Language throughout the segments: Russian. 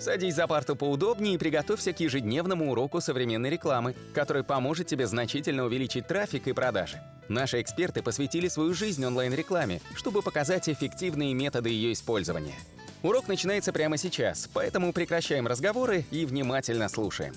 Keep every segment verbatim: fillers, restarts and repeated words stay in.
Садись за парту поудобнее и приготовься к ежедневному уроку современной рекламы, который поможет тебе значительно увеличить трафик и продажи. Наши эксперты посвятили свою жизнь онлайн-рекламе, чтобы показать эффективные методы ее использования. Урок начинается прямо сейчас, поэтому прекращаем разговоры и внимательно слушаем.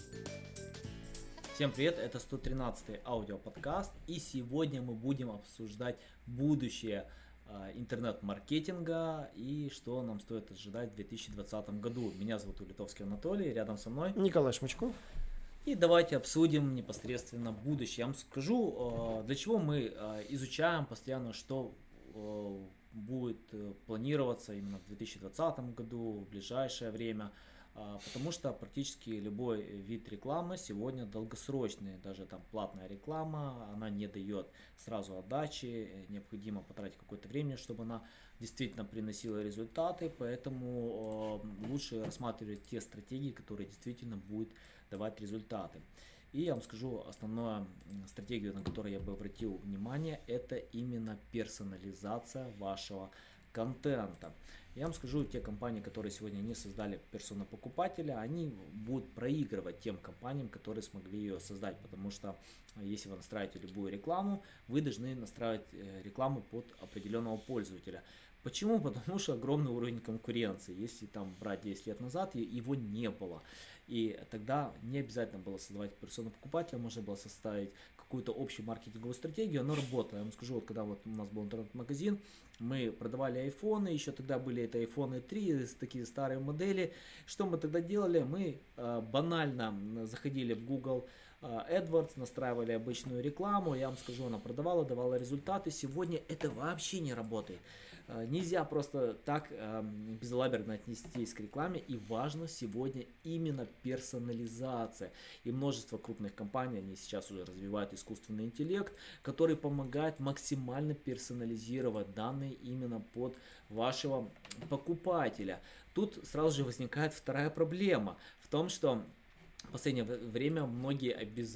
Всем привет, это сто тринадцатый аудиоподкаст, и сегодня мы будем обсуждать будущее э, интернет-маркетинга и что нам стоит ожидать в две тысячи двадцатом году. Меня зовут Улитовский Анатолий, рядом со мной Николай Шмычков. И давайте обсудим непосредственно будущее. Я вам скажу, э, для чего мы э, изучаем постоянно, что э, будет э, планироваться именно в две тысячи двадцатом году, в ближайшее время. Потому что практически любой вид рекламы сегодня долгосрочный, даже там платная реклама, она не дает сразу отдачи, необходимо потратить какое-то время, чтобы она действительно приносила результаты, поэтому э, лучше рассматривать те стратегии, которые действительно будут давать результаты. И я вам скажу, основную стратегию, на которую я бы обратил внимание, это именно персонализация вашего контента. Я вам скажу, те компании, которые сегодня не создали персону покупателя, они будут проигрывать тем компаниям, которые смогли ее создать, потому что если вы настраиваете любую рекламу, вы должны настраивать рекламу под определенного пользователя. Почему? Потому что огромный уровень конкуренции. Если там брать десять лет назад, его не было. И тогда не обязательно было создавать персону покупателя, можно было составить какую-то общую маркетинговую стратегию, она работала. Я вам скажу, вот когда вот у нас был интернет-магазин, мы продавали айфоны, еще тогда были это айфоны три, такие старые модели. Что мы тогда делали? Мы э, банально заходили в Google AdWords, настраивали обычную рекламу, я вам скажу, она продавала, давала результаты. Сегодня это вообще не работает. Нельзя просто так э, безалаберно отнестись к рекламе, и важно сегодня именно персонализация. И множество крупных компаний, они сейчас уже развивают искусственный интеллект, который помогает максимально персонализировать данные именно под вашего покупателя. Тут сразу же возникает вторая проблема в том, что в последнее время многие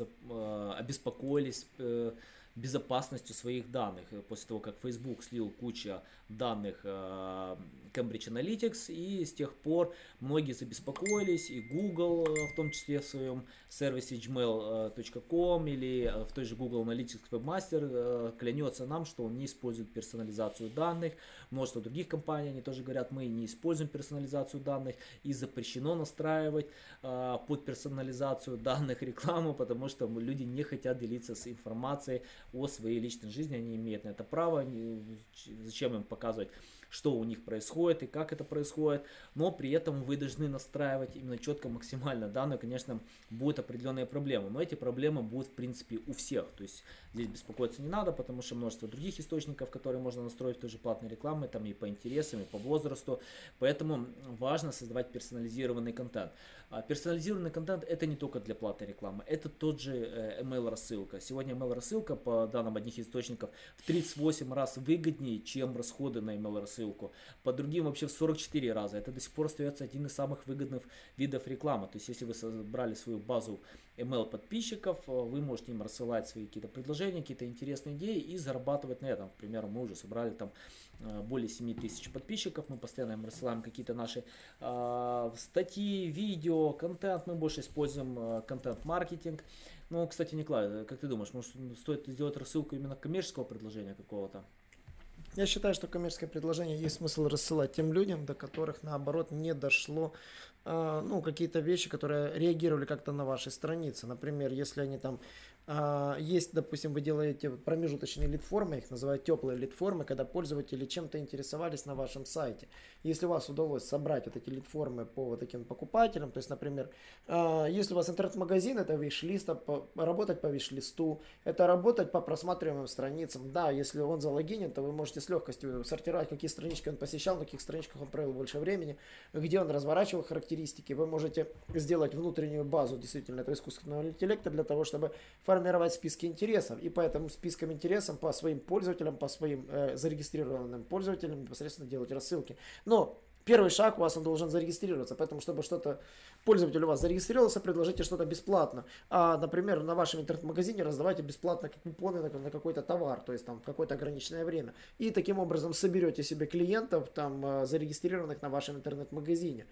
обеспокоились безопасностью своих данных после того, как Facebook слил кучу данных Cambridge Analytics, и с тех пор многие забеспокоились, и Google, в том числе в своем сервисе джимейл точка ком или в той же Google Analytics Webmaster клянется нам, что он не использует персонализацию данных. Множество других компаний, они тоже говорят, мы не используем персонализацию данных, и запрещено настраивать под персонализацию данных рекламу, потому что люди не хотят делиться с информацией о своей личной жизни, они имеют на это право, зачем им показывать, что у них происходит и как это происходит, но при этом вы должны настраивать именно четко, максимально данные. Конечно, будут определенные проблемы, но эти проблемы будут в принципе у всех, то есть здесь беспокоиться не надо, потому что множество других источников, которые можно настроить в той же платной рекламе, там и по интересам, и по возрасту, поэтому важно создавать персонализированный контент. Персонализированный контент это не только для платной рекламы, это тот же email рассылка. Сегодня email рассылка, по данным одних источников, в тридцать восемь раз выгоднее, чем расходы на email рассылку. По другим вообще в сорок четыре раза. Это до сих пор остается один из самых выгодных видов рекламы. То есть если вы собрали свою базу email подписчиков, вы можете им рассылать свои какие-то предложения, какие-то интересные идеи и зарабатывать на этом. К примеру, мы уже собрали там более семи тысяч подписчиков, мы постоянно им рассылаем какие-то наши э, статьи, видео, контент. Мы больше используем э, контент-маркетинг. Ну, кстати, Николай, как ты думаешь, может стоит сделать рассылку именно коммерческого предложения какого-то? Я считаю, что коммерческое предложение есть смысл рассылать тем людям, до которых, наоборот, не дошло э, ну, какие-то вещи, которые реагировали как-то на вашей странице. Например, если они там э, есть, допустим, вы делаете промежуточные лид-формы, их называют теплые лид-формы, когда пользователи чем-то интересовались на вашем сайте. Если у вас удалось собрать вот эти лид-формы по вот таким покупателям, то есть, например, э, если у вас интернет-магазин, это виш-лист, работать по виш-листу, это работать по просматриваемым страницам. Да, если он залогинен, то вы можете с легкостью сортировать, какие странички он посещал, на каких страничках он провел больше времени, где он разворачивал характеристики. Вы можете сделать внутреннюю базу действительно этого искусственного интеллекта для того, чтобы формировать списки интересов. И по этому спискам интересов по своим пользователям, по своим э, зарегистрированным пользователям непосредственно делать рассылки. Но первый шаг у вас, он должен зарегистрироваться, поэтому, чтобы что-то, пользователь у вас зарегистрировался, предложите что-то бесплатно. А, например, на вашем интернет-магазине раздавайте бесплатно купоны на, на какой-то товар, то есть там какое-то ограниченное время. И таким образом соберете себе клиентов, там, зарегистрированных на вашем интернет-магазине.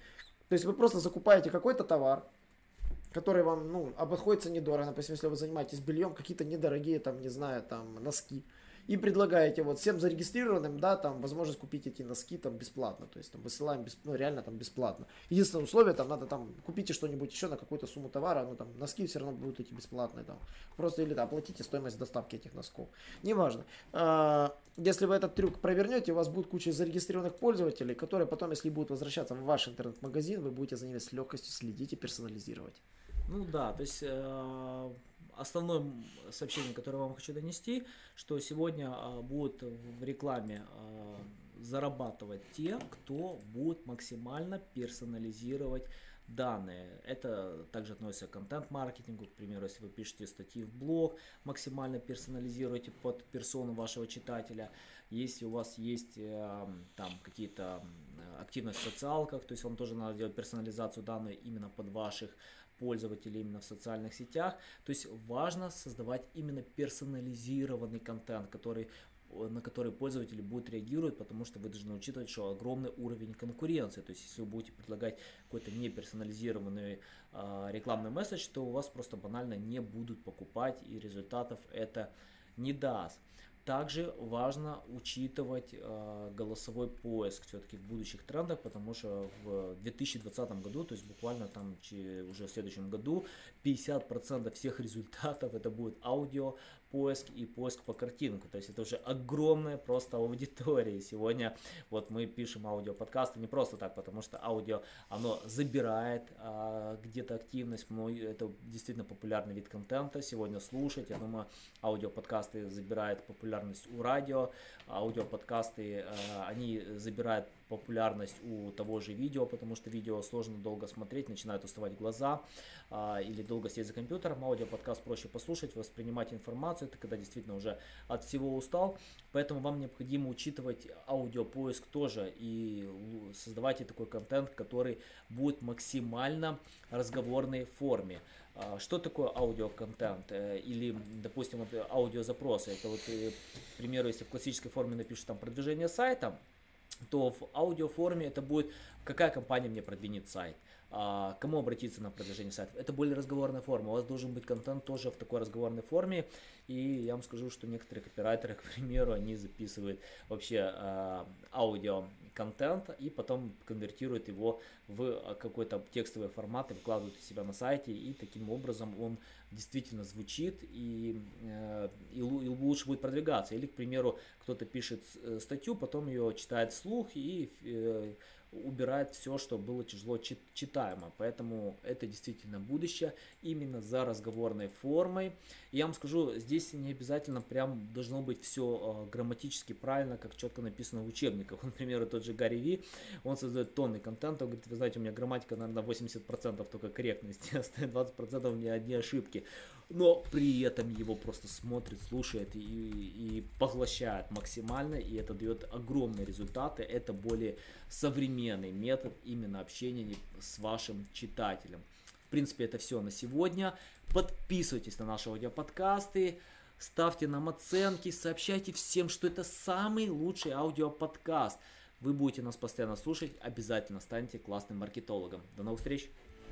То есть вы просто закупаете какой-то товар, который вам, ну, обходится недорого. Допустим, если вы занимаетесь бельем, какие-то недорогие, там, не знаю, там, носки. И предлагаете вот всем зарегистрированным, да, там, возможность купить эти носки там бесплатно. То есть там высылаем, бесп... ну, реально там бесплатно. Единственное условие, там, надо там, купите что-нибудь еще на какую-то сумму товара, ну, там, носки все равно будут эти бесплатные, там. Просто или, да, оплатите стоимость доставки этих носков. Неважно. А, если вы этот трюк провернете, у вас будет куча зарегистрированных пользователей, которые потом, если будут возвращаться в ваш интернет-магазин, вы будете за ними с легкостью следить и персонализировать. Ну да, то есть э, основное сообщение, которое я вам хочу донести, что сегодня э, будут в рекламе э, зарабатывать те, кто будет максимально персонализировать данные. Это также относится к контент-маркетингу, к примеру, если вы пишете статьи в блог, максимально персонализируйте под персону вашего читателя. Если у вас есть э, там какие-то активности в социалках, то есть вам тоже надо делать персонализацию данных именно под ваших пользователей именно в социальных сетях. То есть важно создавать именно персонализированный контент, который, на который пользователи будут реагировать, потому что вы должны учитывать, что огромный уровень конкуренции. То есть если вы будете предлагать какой-то неперсонализированный э, рекламный месседж, то у вас просто банально не будут покупать, и результатов это не даст. Также важно учитывать э, голосовой поиск все-таки в будущих трендах, потому что в две тысячи двадцатом году, то есть буквально там уже в следующем году, пятьдесят процентов всех результатов это будет аудио поиск и поиск по картинку. То есть это уже огромная просто аудитория. Сегодня вот мы пишем аудиоподкасты не просто так, потому что аудио, оно забирает а, где-то активность. Но это действительно популярный вид контента. Сегодня слушать, я думаю, аудиоподкасты забирают популярность у радио. Аудиоподкасты, а, они забирают популярность у того же видео, потому что видео сложно долго смотреть, начинают уставать глаза а, или долго сидеть за компьютером. Аудиоподкаст проще послушать, воспринимать информацию, это когда действительно уже от всего устал, поэтому вам необходимо учитывать аудиопоиск тоже и создавайте такой контент, который будет максимально разговорной форме. Что такое аудиоконтент? Или, допустим, вот аудиозапросы. Это вот, к примеру, если в классической форме напишут там продвижение сайта, то в аудиоформе это будет, какая компания мне продвинет сайт, а, кому обратиться на продвижение сайтов. Это более разговорная форма. У вас должен быть контент тоже в такой разговорной форме. И я вам скажу, что некоторые копирайтеры, к примеру, они записывают вообще а, аудиоконтент и потом конвертируют его в какой-то текстовый формат и выкладывают у себя на сайте. И таким образом он действительно звучит и, и, и лучше будет продвигаться. Или, к примеру, кто-то пишет статью, потом ее читает вслух и э, убирает все, что было тяжело читаемо. Поэтому это действительно будущее именно за разговорной формой. И я вам скажу, здесь не обязательно прям должно быть все э, грамматически правильно, как четко написано в учебниках. Он, например, тот же Гарри Ви, он создает тонны контента, он говорит, вы знаете, у меня грамматика, наверное, восемьдесят процентов только корректности, остальные двадцать процентов у меня одни ошибки. Но при этом его просто смотрит, слушает и, и поглощает максимально, и это дает огромные результаты. Это более современный метод именно общения с вашим читателем. В принципе, это все на сегодня. Подписывайтесь на наши аудиоподкасты, ставьте нам оценки, сообщайте всем, что это самый лучший аудиоподкаст. Вы будете нас постоянно слушать, обязательно станьте классным маркетологом. До новых встреч!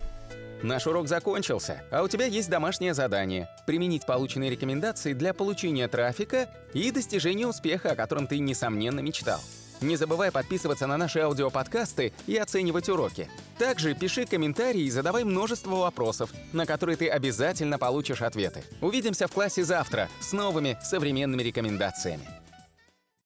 Наш урок закончился, а у тебя есть домашнее задание – применить полученные рекомендации для получения трафика и достижения успеха, о котором ты, несомненно, мечтал. Не забывай подписываться на наши аудиоподкасты и оценивать уроки. Также пиши комментарии и задавай множество вопросов, на которые ты обязательно получишь ответы. Увидимся в классе завтра с новыми современными рекомендациями.